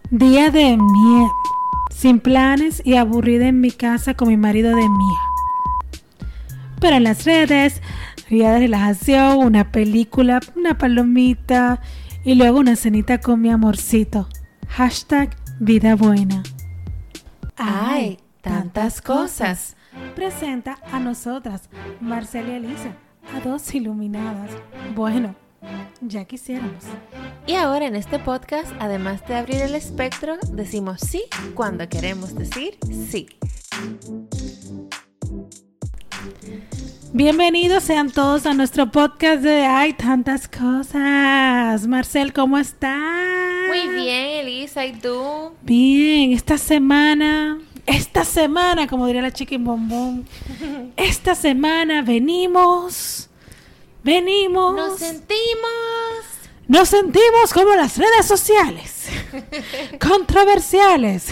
Día de mierda, sin planes y aburrida en mi casa con mi marido de mierda. Pero en las redes, día de relajación, una película, una palomita y luego una cenita con mi amorcito. Hashtag vida buena. ¡Ay, tantas cosas! Presenta a nosotras, Marcela y Elisa, a dos iluminadas. Bueno, ya quisiéramos. Y ahora en este podcast, además de abrir el espectro, decimos sí cuando queremos decir sí. Bienvenidos sean todos a nuestro podcast de Hay tantas cosas. Marcel, ¿cómo estás? Muy bien, Elisa, ¿y tú? Bien, esta semana, como diría la Chicken Bombón, esta semana venimos. Nos sentimos como las redes sociales, controversiales.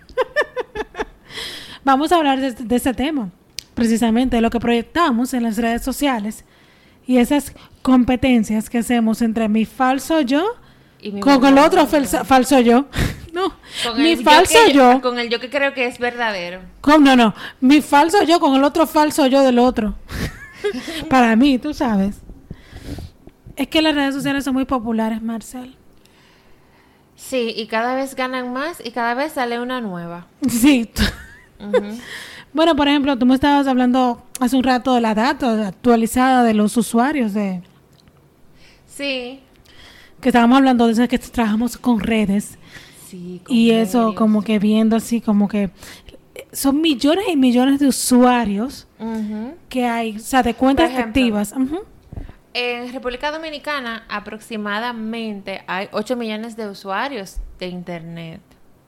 Vamos a hablar de ese tema, precisamente de lo que proyectamos en las redes sociales y esas competencias que hacemos entre mi falso yo y con el otro falso yo. No, con mi falso yo. Con el yo que creo que es verdadero. No, mi falso yo con el otro falso yo del otro. Para mí, tú sabes. Es que las redes sociales son muy populares, Marcel. Sí, y cada vez ganan más y cada vez sale una nueva. Sí. Uh-huh. Bueno, por ejemplo, tú me estabas hablando hace un rato de la data actualizada de los usuarios de... Sí. Que estábamos hablando de eso, que trabajamos con redes. Sí, con y medios. Eso como que viendo así como que son millones y millones de usuarios que hay, o sea, de cuentas activas. En República Dominicana aproximadamente hay 8 millones de usuarios de internet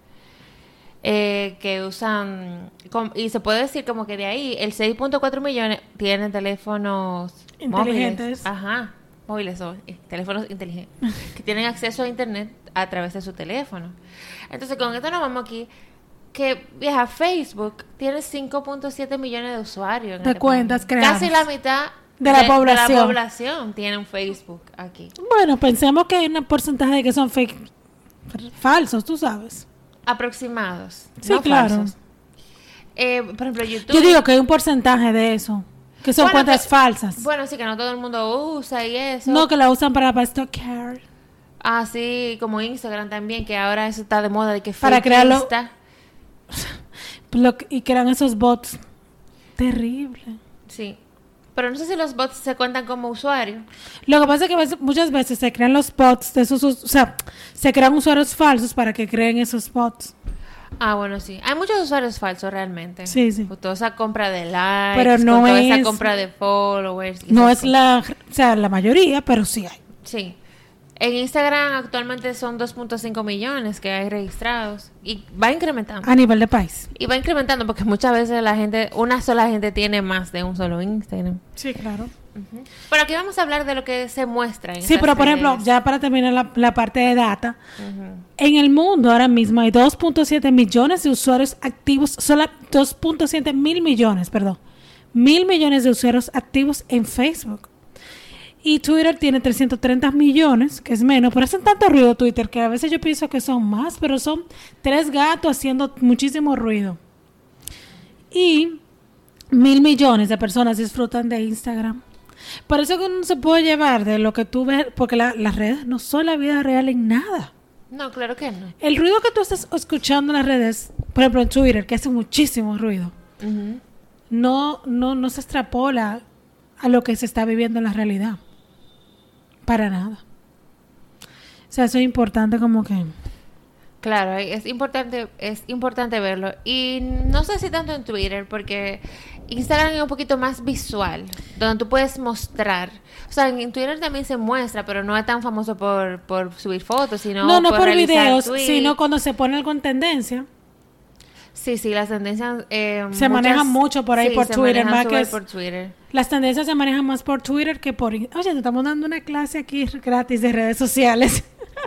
que usan, y se puede decir como que de ahí el 6.4 millones tienen teléfonos inteligentes. Móviles o teléfonos inteligentes que tienen acceso a internet a través de su teléfono. Entonces con esto nos vamos aquí que vieja, Facebook tiene 5.7 millones de usuarios de cuentas creadas. Casi la mitad de la población tiene un Facebook aquí. Bueno, pensemos que hay un porcentaje de que son fake falsos, tú sabes. Aproximados. Sí, no claro. Falsos. Por ejemplo, YouTube. Yo digo que hay un porcentaje de eso, que son cuentas falsas. Bueno, sí, que no todo el mundo usa y eso. No, que la usan para stalkear. Ah, sí, como Instagram también, que ahora eso está de moda de que para crearlo y crean esos bots. Terrible. Sí. Pero no sé si los bots se cuentan como usuarios. Lo que pasa es que muchas veces se crean los bots de esos, o sea, se crean usuarios falsos para que creen esos bots. Ah, bueno, sí. Hay muchos usuarios falsos realmente. Sí. Con toda esa compra de likes, pero no con toda es, esa compra de followers. No es la mayoría, pero sí hay. Sí. En Instagram actualmente son 2.5 millones que hay registrados y va incrementando. A nivel de país. Y va incrementando porque muchas veces una sola gente tiene más de un solo Instagram. Sí, claro. Pero aquí vamos a hablar de lo que se muestra en sí, pero por ejemplo, ya para terminar la parte de data, en el mundo ahora mismo hay 2.7 millones de usuarios activos, solo 2.7 mil millones de usuarios activos en Facebook. Y Twitter tiene 330 millones, que es menos, pero hacen tanto ruido Twitter que a veces yo pienso que son más, pero son 3 gatos haciendo muchísimo ruido. Y 1,000 millones de personas disfrutan de Instagram. Por eso que uno se puede llevar de lo que tú ves, porque las redes no son la vida real en nada. No, claro que no. El ruido que tú estás escuchando en las redes, por ejemplo en Twitter, que hace muchísimo ruido, no se extrapola a lo que se está viviendo en la realidad. Para nada. O sea, eso es importante como que... Claro, es importante verlo. Y no sé si tanto en Twitter, porque Instagram es un poquito más visual, donde tú puedes mostrar. O sea, en Twitter también se muestra, pero no es tan famoso por subir fotos, sino no por videos, tweets. Sino cuando se pone algo en tendencia. Sí, las tendencias... se manejan mucho por ahí por Twitter. Más que por Twitter. Las tendencias se manejan más por Twitter que por... Oye, te estamos dando una clase aquí gratis de redes sociales.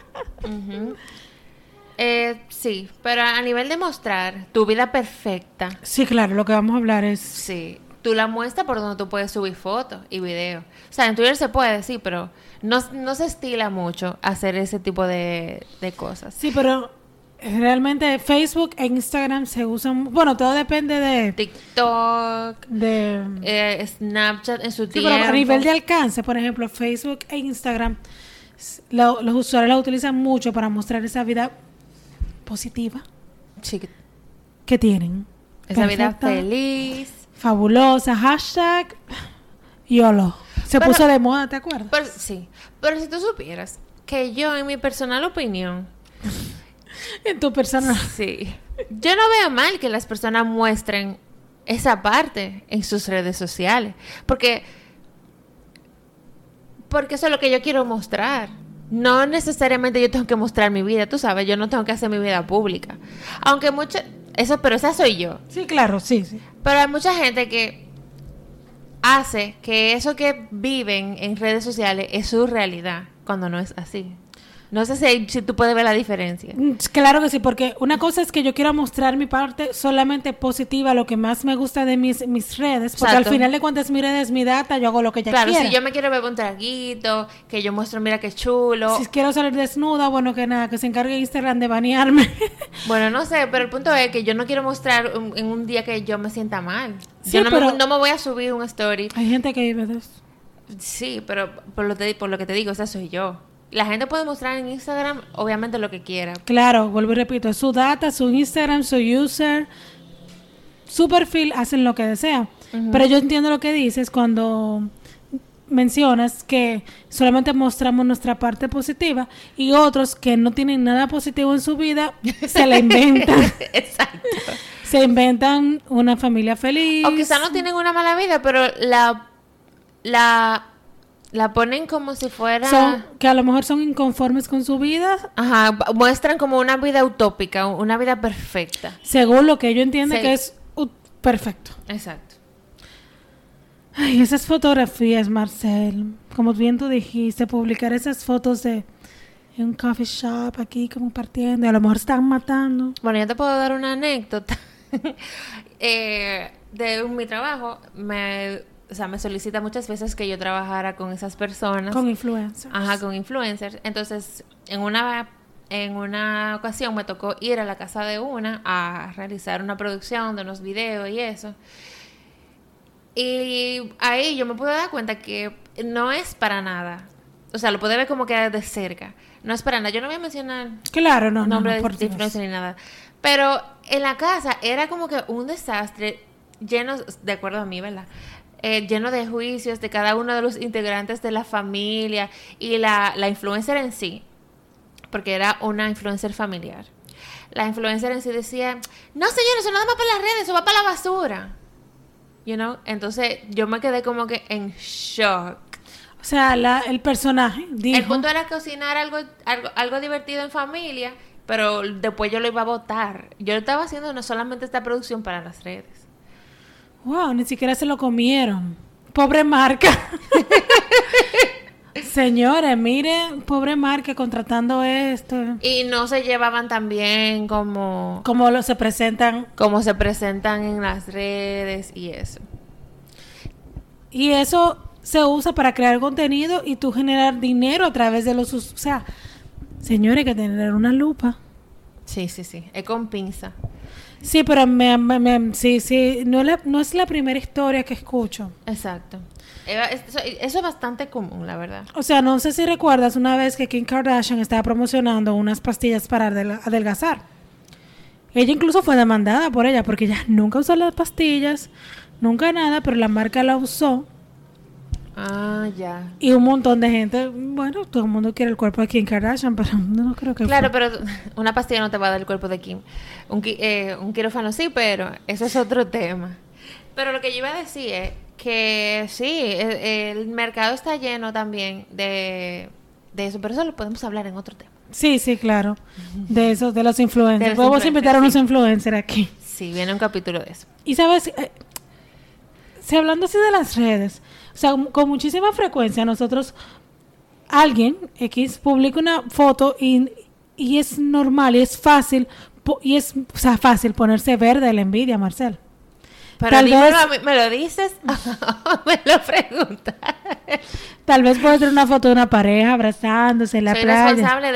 Sí, pero a nivel de mostrar tu vida perfecta. Sí, claro, lo que vamos a hablar es... Sí, tú la muestras por donde tú puedes subir fotos y videos. O sea, en Twitter se puede, sí, pero no se estila mucho hacer ese tipo de cosas. Sí, pero realmente Facebook e Instagram se usan, bueno, todo depende de TikTok, Snapchat en su sí, tiempo. pero a nivel de alcance, por ejemplo, Facebook e Instagram, los usuarios la utilizan mucho para mostrar esa vida positiva que tienen. Esa Perfecta, vida feliz. fabulosa, hashtag YOLO. Se puso de moda, ¿te acuerdas? Sí, pero si tú supieras que yo, en mi personal opinión, En tu persona. sí, yo no veo mal que las personas muestren esa parte en sus redes sociales, porque eso es lo que yo quiero mostrar. No necesariamente yo tengo que mostrar mi vida, tú sabes, yo no tengo que hacer mi vida pública. Aunque pero esa soy yo. Sí, claro, sí. Pero hay mucha gente que hace que eso que viven en redes sociales es su realidad, cuando no es así. No sé si tú puedes ver la diferencia. Claro que sí, porque una cosa es que yo quiero mostrar mi parte solamente positiva, lo que más me gusta de mis redes, porque Exacto. al final de cuentas mi red es mi data, yo hago lo que ella Claro, quiera. si yo me quiero beber un traguito, que yo muestro, mira qué chulo. Si quiero salir desnuda, bueno, que nada, que se encargue Instagram de banearme. Bueno, no sé, pero el punto es que yo no quiero mostrar en un día que yo me sienta mal. Sí, Yo no pero me voy a subir un story. hay gente que vive de eso. Sí, pero por lo que te digo, esa soy yo. La gente puede mostrar en Instagram, obviamente, lo que quiera. Claro, vuelvo y repito, es su data, su Instagram, su user, su perfil, hacen lo que desean. Pero yo entiendo lo que dices cuando mencionas que solamente mostramos nuestra parte positiva y otros que no tienen nada positivo en su vida se la inventan. Exacto. Se inventan una familia feliz. O quizá no tienen una mala vida, pero la ponen como si fuera... Que a lo mejor son inconformes con su vida. Ajá, muestran como una vida utópica, una vida perfecta. Según lo que yo entiendo Sí. que es perfecto. Exacto. Ay, esas fotografías, Marcel, como bien tú dijiste, publicar esas fotos de en un coffee shop aquí como partiendo, y a lo mejor están matando. Bueno, yo te puedo dar una anécdota. De mi trabajo, me solicita muchas veces que yo trabajara con esas personas. Con influencers. Ajá, con influencers. Entonces, en una ocasión me tocó ir a la casa de una a realizar una producción de unos videos y eso. Y ahí yo me pude dar cuenta que no es para nada. O sea, lo pude ver como que de cerca. No es para nada. Yo no voy a mencionar Claro, no, nombre por de influencer ni nada. Pero en la casa era como que un desastre lleno, de acuerdo a mí, ¿verdad? Lleno de juicios de cada uno de los integrantes de la familia y la influencer en sí, porque era una influencer familiar. La influencer en sí decía, no señor, eso no va para las redes, eso va para la basura. You know? Entonces yo me quedé como que en shock. O sea, el personaje dijo... El punto era cocinar algo divertido en familia, pero después yo lo iba a botar. Yo estaba haciendo no solamente esta producción para las redes. Wow, ni siquiera se lo comieron. Pobre marca. Señores, miren, pobre marca contratando esto. Y no se llevaban tan bien como se presentan. como se presentan en las redes y eso. Y eso se usa para crear contenido y tú generar dinero a través de los... O sea, señores, hay que tener una lupa. Sí, es con pinza. Sí, pero sí, no es la primera historia que escucho. Exacto. Eso es bastante común, la verdad. O sea, no sé si recuerdas una vez que Kim Kardashian estaba promocionando unas pastillas para adelgazar. Ella incluso fue demandada por ella porque ella nunca usó las pastillas, nunca nada, pero la marca la usó. Ah, ya. Y un montón de gente, bueno, todo el mundo quiere el cuerpo de Kim Kardashian, pero no creo que Claro, pero una pastilla no te va a dar el cuerpo de Kim. Un quirófano sí, pero eso es otro tema. Pero lo que yo iba a decir es que sí, el mercado está lleno también de eso, pero eso lo podemos hablar en otro tema. Sí, claro. De eso, de los influencers. De los Podemos invitar a unos sí. influencers aquí. Sí, viene un capítulo de eso. Y sabes, si hablando así de las redes, o sea, con muchísima frecuencia nosotros, alguien X publica una foto y es normal y es fácil, fácil ponerse verde de la envidia, Marcel. Pero Tal dímelo vez- a mí, ¿me lo dices? ¿Me lo preguntas? Tal vez puede ser una foto de una pareja abrazándose en la Soy playa. responsable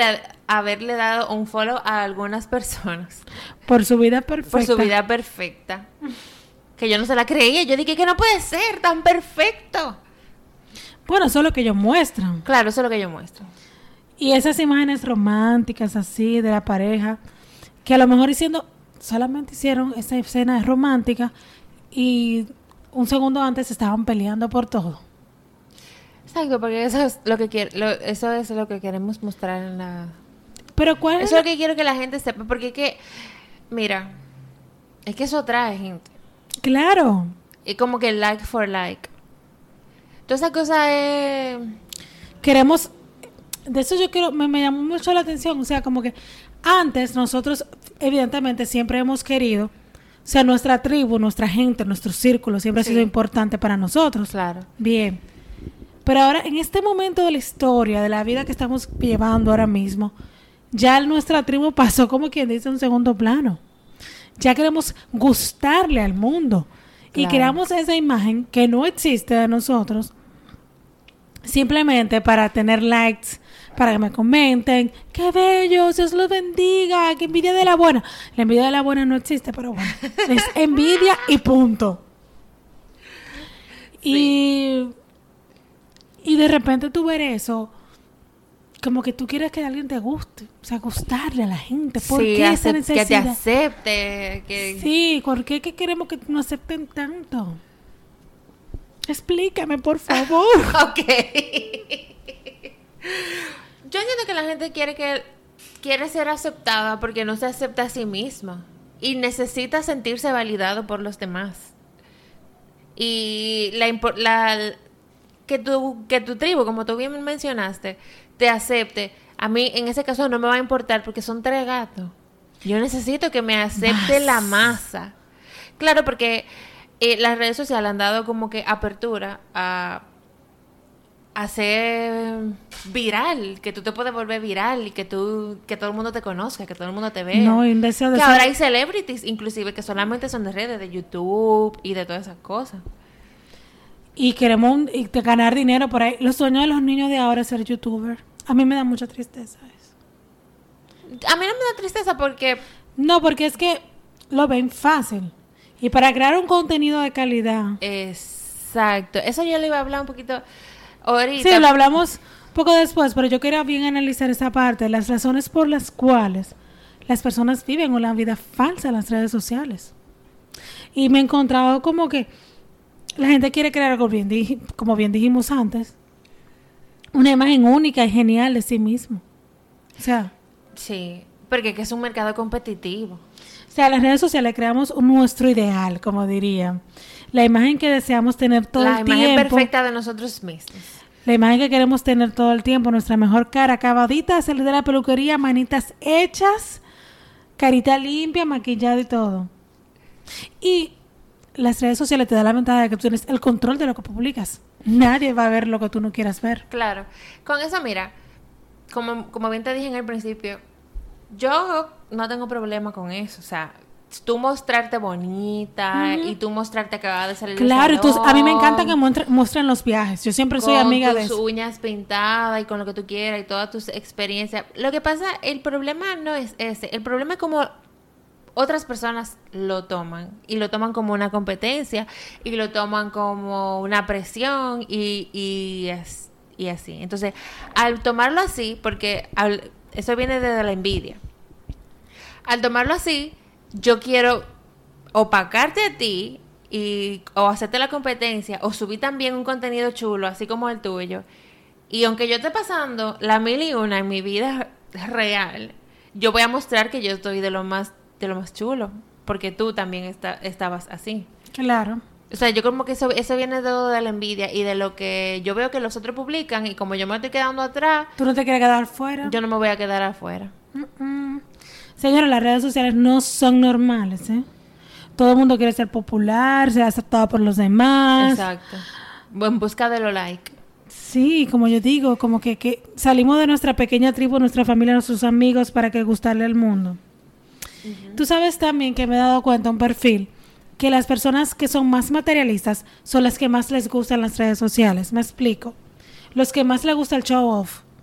haberle dado un follow a algunas personas. Por su vida perfecta. Por su vida perfecta. Que yo no se la creía. Yo dije que no puede ser tan perfecto. Bueno, eso es lo que ellos muestran. Claro, eso es lo que ellos muestran. Y esas imágenes románticas así de la pareja, que a lo mejor solamente hicieron esa escena romántica y un segundo antes estaban peleando por todo. Exacto, porque eso es lo que eso es lo que queremos mostrar en la... Pero ¿cuál eso es lo que quiero que la gente sepa, porque es que, mira, es que eso atrae gente. Claro. Y como que like for like. Toda esa cosa es... Queremos... De eso yo quiero... Me llamó mucho la atención. O sea, como que antes nosotros, evidentemente, siempre hemos querido... O sea, nuestra tribu, nuestra gente, nuestro círculo siempre ha sido importante para nosotros. Claro. Bien. Pero ahora, en este momento de la historia, de la vida que estamos llevando ahora mismo, ya nuestra tribu pasó, como quien dice, a un segundo plano. Ya queremos gustarle al mundo. Claro. Y creamos esa imagen que no existe de nosotros simplemente para tener likes, para que me comenten, qué bello, Dios los bendiga, qué envidia de la buena. La envidia de la buena no existe, pero bueno, es envidia y punto. Sí. Y de repente tú ver eso, como que tú quieres que alguien te guste, o sea, gustarle a la gente. ¿Por qué esa necesidad? Que te acepte. Sí, ¿por qué queremos que nos acepten tanto? Explícame, por favor. Ok. Yo entiendo que la gente quiere ser aceptada porque no se acepta a sí misma y necesita sentirse validado por los demás. Y que tu tribu, como tú bien mencionaste, te acepte. A mí en ese caso no me va a importar porque son 3 gatos. Yo necesito que me acepte la masa. Claro, porque las redes sociales han dado como que apertura a hacer viral, que tú te puedes volver viral y que todo el mundo te conozca, que todo el mundo te vea. No, y un deseo de que ahora hay celebrities, inclusive, que solamente son de redes, de YouTube y de todas esas cosas. Y queremos ganar dinero por ahí. Los sueños de los niños de ahora es ser youtuber. A mí me da mucha tristeza eso. A mí no me da tristeza porque... No, porque es que lo ven fácil. Y para crear un contenido de calidad. Exacto. Eso yo le iba a hablar un poquito ahorita. Sí, lo hablamos poco después, pero yo quería bien analizar esa parte. Las razones por las cuales las personas viven una vida falsa en las redes sociales. Y me he encontrado como que la gente quiere crear algo como bien dijimos antes, una imagen única y genial de sí mismo. O sea... Sí, porque es un mercado competitivo. O sea, en las redes sociales creamos nuestro ideal, como dirían. La imagen que deseamos tener todo el tiempo. La imagen perfecta de nosotros mismos. La imagen que queremos tener todo el tiempo. Nuestra mejor cara, acabadita, salir de la peluquería, manitas hechas, carita limpia, maquillada y todo. Y las redes sociales te dan la ventaja de que tú tienes el control de lo que publicas. Nadie va a ver lo que tú no quieras ver. Claro. Con eso, mira, como bien te dije en el principio, yo no tengo problema con eso. O sea, tú mostrarte bonita y tú mostrarte acabada de salir del salón. Claro, a mí me encanta que muestren los viajes. Yo siempre soy amiga de eso. Con tus uñas pintadas y con lo que tú quieras y todas tus experiencias. Lo que pasa, el problema no es ese. El problema es como otras personas lo toman. Y lo toman como una competencia. Y lo toman como una presión. Y así. Entonces, al tomarlo así, porque eso viene desde la envidia. Al tomarlo así, yo quiero opacarte a ti o hacerte la competencia o subir también un contenido chulo, así como el tuyo. Y aunque yo esté pasando la 1001 en mi vida real, yo voy a mostrar que yo estoy de lo más chulo, porque tú también estabas así. Claro. O sea, yo como que eso viene de la envidia y de lo que yo veo que los otros publican y como yo me estoy quedando atrás... ¿Tú no te quieres quedar fuera? Yo no me voy a quedar afuera. Señora, las redes sociales no son normales, ¿eh? Todo el mundo quiere ser popular, ser aceptado por los demás. Exacto. En busca de lo like. Sí, como yo digo, como que salimos de nuestra pequeña tribu, nuestra familia, nuestros amigos para que gustarle al mundo. Uh-huh. Tú sabes también que me he dado cuenta, un perfil, que las personas que son más materialistas son las que más les gustan las redes sociales. Me explico. Los que más les gusta el show off.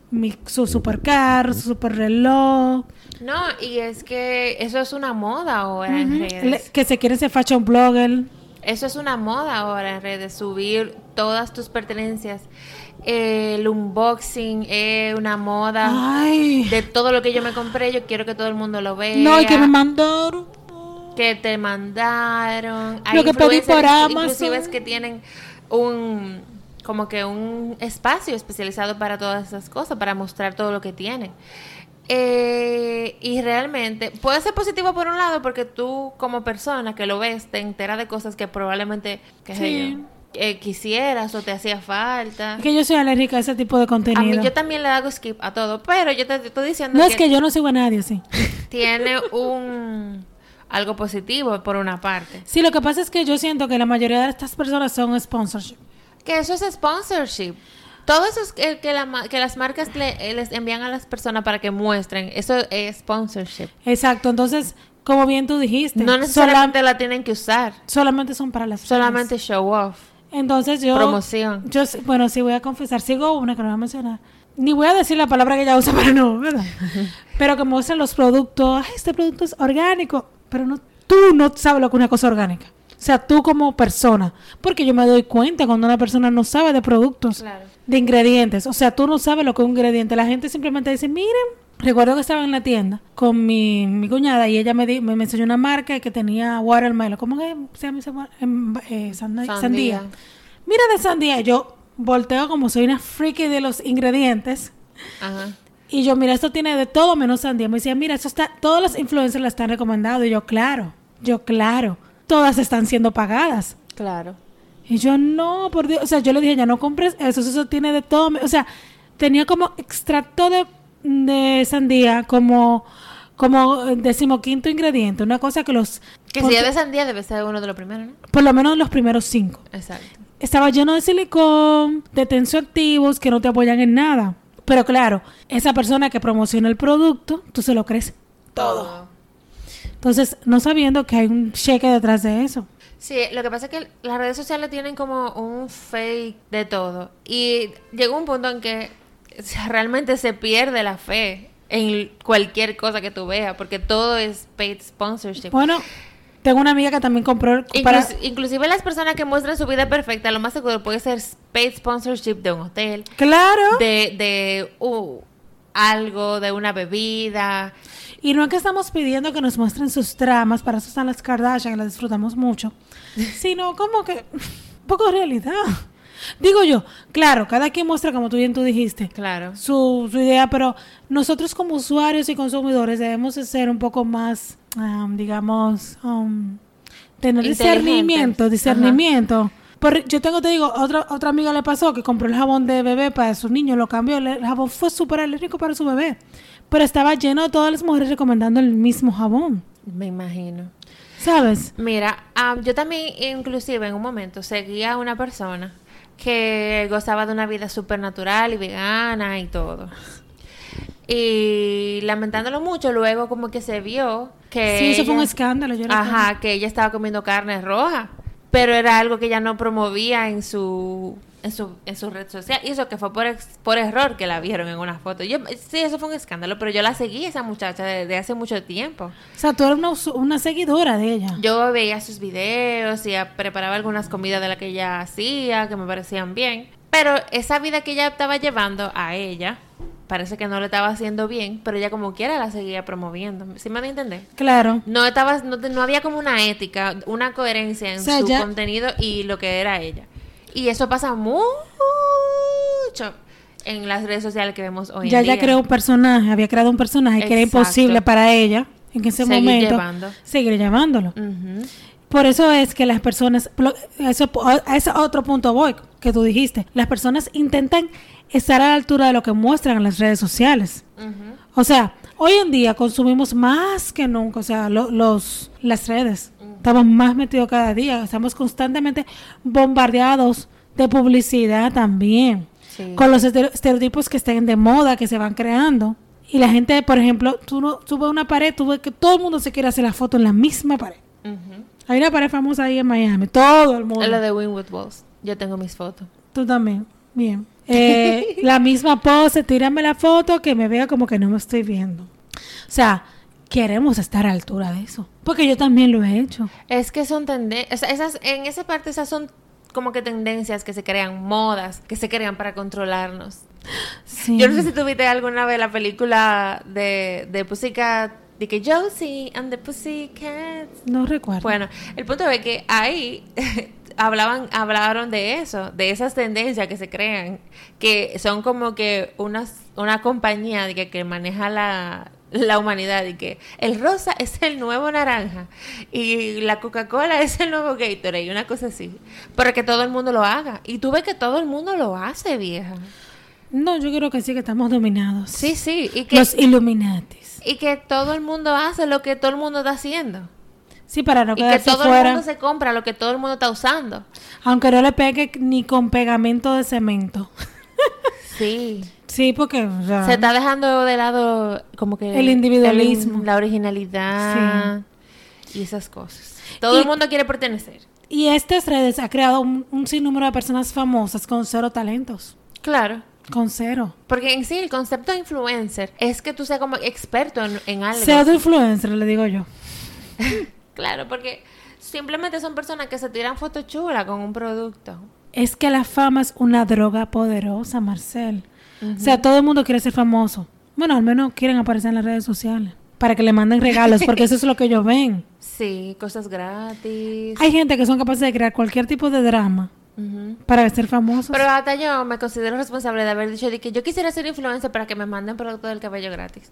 su supercar, su super reloj. No, y es que eso es una moda ahora en redes. Que se quiere ser fashion blogger. Eso es una moda ahora en redes, subir todas tus pertenencias. El unboxing es una moda. Ay. De todo lo que yo me compré, yo quiero que todo el mundo lo vea. No, y que me mandaron. Que te mandaron. Lo que pedí por Amazon. Inclusive es que tienen como que un espacio especializado para todas esas cosas, para mostrar todo lo que tienen. Y realmente puede ser positivo por un lado porque tú como persona que lo ves te enteras de cosas que probablemente quisieras o te hacía falta. Es que yo soy alérgica a ese tipo de contenido. A mí yo también le hago skip a todo, pero yo te estoy diciendo no es que yo no sigo a nadie, sí. Tiene algo positivo por una parte. Sí, lo que pasa es que yo siento que la mayoría de estas personas son sponsorship. Que eso es sponsorship. Todo eso es que las marcas les envían a las personas para que muestren. Eso es sponsorship. Exacto. Entonces, como bien tú dijiste. No necesariamente la tienen que usar. Solamente son para las solamente fans. Show off. Entonces promoción. Bueno, sí voy a confesar. Sigo una que no voy a mencionar. Ni voy a decir la palabra que ella usa para no, ¿verdad? Pero que muestran los productos. Ay, este producto es orgánico. Pero tú no sabes lo que es una cosa orgánica. O sea, tú como persona. Porque yo me doy cuenta cuando una persona no sabe de productos. Claro. De ingredientes. O sea, tú no sabes lo que es un ingrediente. La gente simplemente dice, miren. Recuerdo que estaba en la tienda con mi cuñada y ella me enseñó una marca que tenía watermelon. ¿Cómo que se llama esa sandía? Mira de sandía. Yo volteo como soy una freaky de los ingredientes. Ajá. Y yo, mira, esto tiene de todo menos sandía. Me decía, mira, eso está, todas las influencers la están recomendando. Y yo, claro. Todas están siendo pagadas. Claro. Y yo, no, por Dios. O sea, yo le dije, ya no compres eso tiene de todo. O sea, tenía como extracto de sandía como 15º ingrediente. Una cosa que Que si es de sandía debe ser uno de los primeros, ¿no? Por lo menos los primeros 5. Exacto. Estaba lleno de silicón, de tensioactivos que no te apoyan en nada. Pero claro, esa persona que promociona el producto, tú se lo crees todo. Entonces, no sabiendo que hay un cheque detrás de eso. Sí, lo que pasa es que las redes sociales tienen como un fake de todo. Y llegó un punto en que realmente se pierde la fe en cualquier cosa que tú veas, porque todo es paid sponsorship. Bueno, tengo una amiga que también compró... Inclusive las personas que muestran su vida perfecta, lo más seguro puede ser paid sponsorship de un hotel. ¡Claro! De algo, de una bebida. Y no es que estamos pidiendo que nos muestren sus dramas, para eso están las Kardashian, que las disfrutamos mucho, sino como que un poco de realidad. Digo yo, claro, cada quien muestra, como tú bien dijiste, claro, su idea, pero nosotros como usuarios y consumidores debemos de ser un poco más, tener discernimiento. Te digo, otra amiga le pasó que compró el jabón de bebé para su niño, lo cambió, el jabón fue súper alérgico para su bebé, pero estaba lleno de todas las mujeres recomendando el mismo jabón. Me imagino. ¿Sabes? Mira, yo también inclusive en un momento seguía a una persona que gozaba de una vida súper natural y vegana y todo. Y lamentándolo mucho, luego como que se vio que... Sí, eso fue un escándalo. Que ella estaba comiendo carne roja, pero era algo que ella no promovía en su red social. Y eso que fue por error que la vieron en una foto. Sí, eso fue un escándalo, pero yo la seguí esa muchacha desde hace mucho tiempo. O sea, tú eres una seguidora de ella. Yo veía sus videos y preparaba algunas comidas de las que ella hacía, que me parecían bien. Pero esa vida que ella estaba llevando a ella, parece que no le estaba haciendo bien, pero ella como quiera la seguía promoviendo. ¿Sí me van a entender? Claro. No había como una ética, una coherencia en su contenido y lo que era ella. Y eso pasa mucho en las redes sociales que vemos hoy en día. Ya creó un personaje, había creado un personaje que era imposible para ella en ese momento seguir llevándolo. Uh-huh. Por eso es que las personas, a ese otro punto voy, que tú dijiste, las personas intentan estar a la altura de lo que muestran en las redes sociales. Uh-huh. O sea, hoy en día consumimos más que nunca, o sea, las redes. Estamos más metidos cada día, estamos constantemente bombardeados de publicidad también, sí, con los estereotipos que estén de moda, que se van creando. Y la gente, por ejemplo, tú ves una pared, tú ves que todo el mundo se quiere hacer la foto en la misma pared. Uh-huh. Hay una pared famosa ahí en Miami, todo el mundo. Es la de Wynwood Walls. Yo tengo mis fotos. Tú también, bien. La misma pose, tírame la foto que me vea como que no me estoy viendo. O sea, queremos estar a la altura de eso. Porque yo también lo he hecho. Es que son tendencias, en esa parte esas son como que tendencias que se crean, modas que se crean para controlarnos. Sí. Yo no sé si tuviste alguna vez la película de Pussycat, de que Josie and the Pussycats. No recuerdo. Bueno, el punto es que ahí hablaron de eso, de esas tendencias que se crean, que son como que una compañía de que maneja la humanidad, y que el rosa es el nuevo naranja y la Coca-Cola es el nuevo Gatorade y una cosa así, pero que todo el mundo lo haga, y tú ves que todo el mundo lo hace, vieja. No, yo creo que sí, que estamos dominados. Sí, y que los Illuminatis. Y que todo el mundo hace lo que todo el mundo está haciendo. Sí, para no quedarse y que todo fuera. el mundo se compra lo que todo el mundo está usando. Aunque no le pegue ni con pegamento de cemento. Sí. Sí, porque o sea, se está dejando de lado como que el individualismo, la originalidad, sí, y esas cosas. Todo el mundo quiere pertenecer. Y estas redes ha creado un sinnúmero de personas famosas con cero talentos. Claro. Con cero. Porque en sí el concepto de influencer es que tú seas como experto en algo. Pseudo influencer, le digo yo. Claro, porque simplemente son personas que se tiran fotos chulas con un producto. Es que la fama es una droga poderosa, Marcel. O sea, todo el mundo quiere ser famoso. Bueno, al menos quieren aparecer en las redes sociales para que le manden regalos, porque eso es lo que ellos ven. Sí, cosas gratis. Hay gente que son capaces de crear cualquier tipo de drama para ser famosos. Pero hasta yo me considero responsable de haber dicho de que yo quisiera ser influencer para que me manden productos del cabello gratis.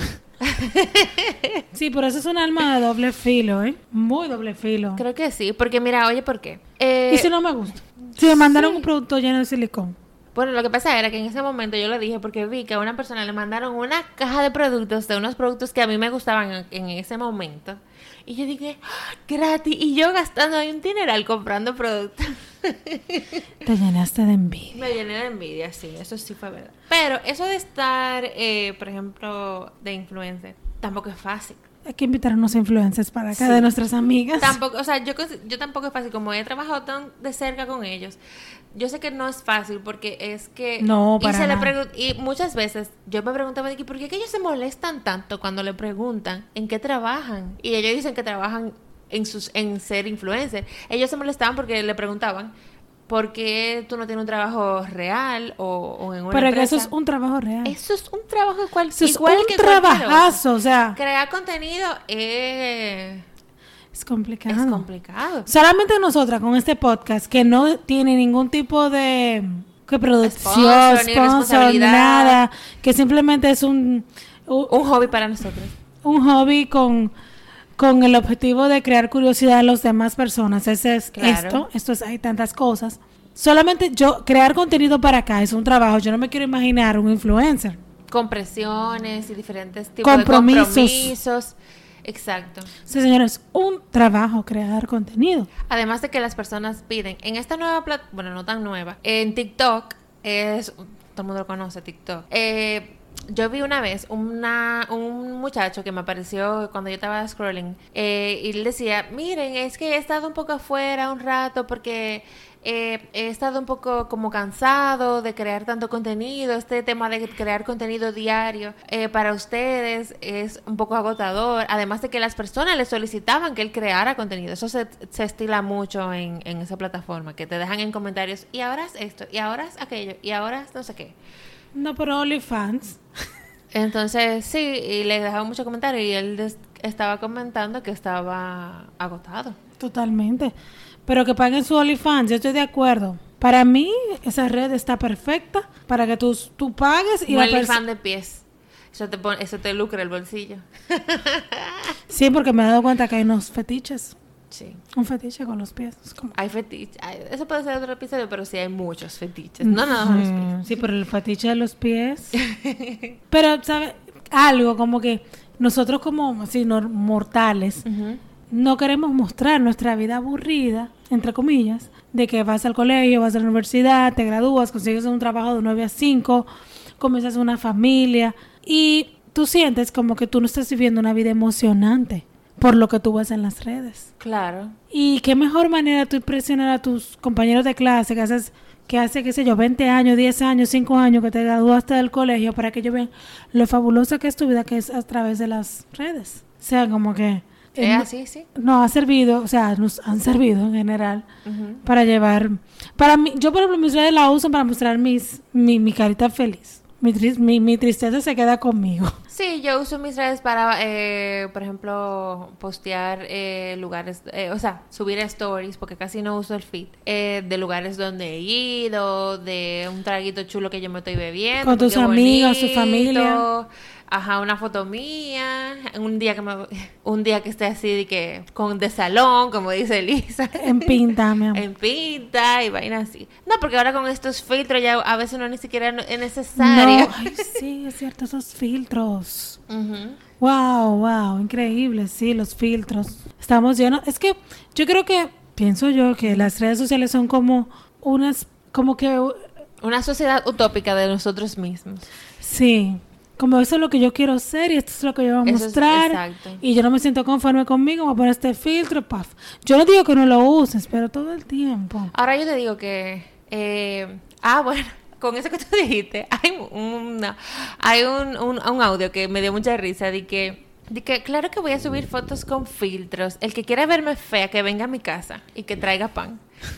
Sí, pero eso es un arma de doble filo, ¿eh? Muy doble filo. Creo que sí, porque mira, oye, ¿por qué? ¿Y si no me gusta? Si me mandaron un producto lleno de silicón. Bueno, lo que pasa era que en ese momento yo lo dije porque vi que a una persona le mandaron una caja de productos, de unos productos que a mí me gustaban en ese momento. Y yo dije, ¡ah, gratis! Y yo gastando ahí un dineral comprando productos. Te llenaste de envidia. Me llené de envidia, sí, eso sí fue verdad. Pero eso de estar, por ejemplo, de influencer, tampoco es fácil. Hay que invitar a unos influencers para acá, de nuestras amigas. Tampoco, o sea, yo tampoco es fácil. Como he trabajado tan de cerca con ellos, yo sé que no es fácil porque es que... No, para nada. Y muchas veces yo me preguntaba de que, ¿por qué que ellos se molestan tanto cuando le preguntan en qué trabajan? Y ellos dicen que trabajan en ser influencer. Ellos se molestaban porque le preguntaban, ¿por qué tú no tienes un trabajo real o en una Pero empresa? Que eso es un trabajo real. Eso es un trabajo igual, eso es igual un que trabajazo, o sea... Crear contenido es complicado. Es complicado. Solamente nosotras con este podcast que no tiene ningún tipo de producción, sponsor, nada, que simplemente es un hobby para nosotros. Un hobby con el objetivo de crear curiosidad a las demás personas. Ese es esto es, hay tantas cosas. Solamente crear contenido para acá es un trabajo. Yo no me quiero imaginar un influencer. Con presiones y diferentes tipos de compromisos. Exacto. Sí, señores, un trabajo crear contenido. Además de que las personas piden, en esta nueva bueno, no tan nueva, en TikTok, todo el mundo lo conoce, TikTok. Yo vi una vez un muchacho que me apareció cuando yo estaba scrolling, y él decía, miren, es que he estado un poco afuera un rato porque he estado un poco como cansado de crear tanto contenido. Este tema de crear contenido diario para ustedes es un poco agotador, además de que las personas le solicitaban que él creara contenido. Eso se estila mucho en esa plataforma, que te dejan en comentarios, y ahora es esto, y ahora es aquello, y ahora es no sé qué. No, pero OnlyFans. Entonces, sí, y le dejaban muchos comentarios y él estaba comentando que estaba agotado. Totalmente. Pero que paguen su OnlyFans, yo estoy de acuerdo. Para mí, esa red está perfecta para que tú pagues y un OnlyFans de pies. Eso te lucra el bolsillo. Sí, porque me he dado cuenta que hay unos fetiches. Sí. Un fetiche con los pies. Hay fetiches. Eso puede ser otro episodio, pero sí hay muchos fetiches. No, nada más los pies. Sí, pero el fetiche de los pies. Pero, ¿sabes? Algo como que nosotros como así mortales no queremos mostrar nuestra vida aburrida, entre comillas, de que vas al colegio, vas a la universidad, te gradúas, consigues un trabajo de 9 a 5, comienzas una familia y tú sientes como que tú no estás viviendo una vida emocionante por lo que tú ves en las redes. Claro. Y qué mejor manera tú impresionar a tus compañeros de clase que haces que hace, qué sé yo, 20 años, 10 años, 5 años que te graduaste del colegio, para que ellos vean lo fabulosa que es tu vida, que es a través de las redes. O sea, como que... así, sí. Nos ha servido, o sea, nos han servido en general para llevar... Para mí, yo por ejemplo mis redes las uso para mostrar mi carita feliz. Mi tristeza se queda conmigo. Sí, yo uso mis redes para, por ejemplo, postear lugares, o sea, subir stories, porque casi no uso el feed, de lugares donde he ido, de un traguito chulo que yo me estoy bebiendo. Con tus amigos, tu familia. Ajá, una foto mía, un día que esté así de que de salón, como dice Elisa. En pinta, mi amor. En pinta y vaina así. No, porque ahora con estos filtros ya a veces no ni siquiera es necesario. No, ay, sí, es cierto, esos filtros. Wow, increíble, sí, los filtros. Estamos llenos. Es que yo creo que, pienso yo, que las redes sociales son como una sociedad utópica de nosotros mismos. Sí. Como eso es lo que yo quiero ser y esto es lo que yo voy a mostrar. Exacto. Y yo no me siento conforme conmigo, voy a poner este filtro, paf. Yo no digo que no lo uses, pero todo el tiempo. Ahora yo te digo que... bueno, con eso que tú dijiste, hay un audio que me dio mucha risa de que claro que voy a subir fotos con filtros. El que quiera verme fea, que venga a mi casa y que traiga pan.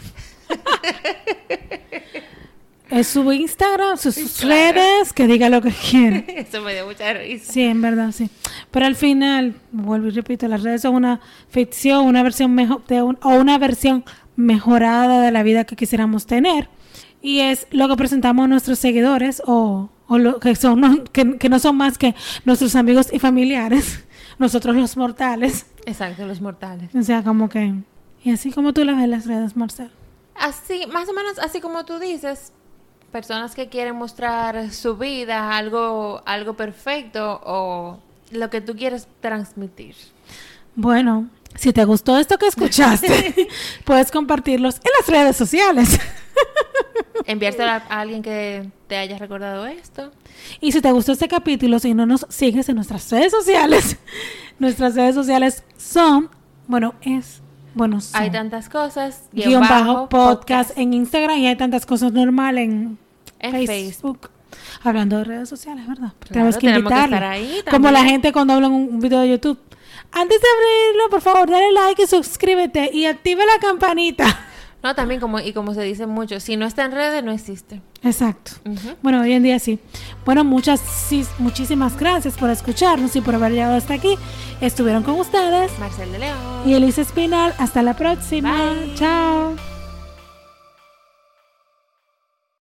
Es su Instagram, sus redes, que diga lo que quiere. Eso me dio mucha risa. Sí, en verdad, sí. Pero al final, vuelvo y repito, las redes son una ficción, una versión mejor o una versión mejorada de la vida que quisiéramos tener. Y es lo que presentamos a nuestros seguidores o lo que son que no son más que nuestros amigos y familiares, nosotros los mortales. Exacto, los mortales. O sea, como que... Y así como tú las ves las redes, Marcel. Así, más o menos así como tú dices... Personas que quieren mostrar su vida, algo perfecto o lo que tú quieres transmitir. Bueno, si te gustó esto que escuchaste, puedes compartirlos en las redes sociales. Enviárselo a alguien que te haya recordado esto. Y si te gustó este capítulo, si no nos sigues en nuestras redes sociales, nuestras redes sociales son, hay tantas cosas. _podcast en Instagram y hay tantas cosas normales en Facebook. Hablando de redes sociales, ¿verdad? Claro, tenemos que invitarlo. estar ahí también. Como la gente cuando habla en un video de YouTube. Antes de abrirlo, por favor, dale like y suscríbete y activa la campanita. No, también como se dice mucho, si no está en redes, no existe. Exacto. Bueno, hoy en día sí. Bueno, muchísimas gracias por escucharnos y por haber llegado hasta aquí. Estuvieron con ustedes Marcel de León y Elisa Espinal. Hasta la próxima. Bye. Chao.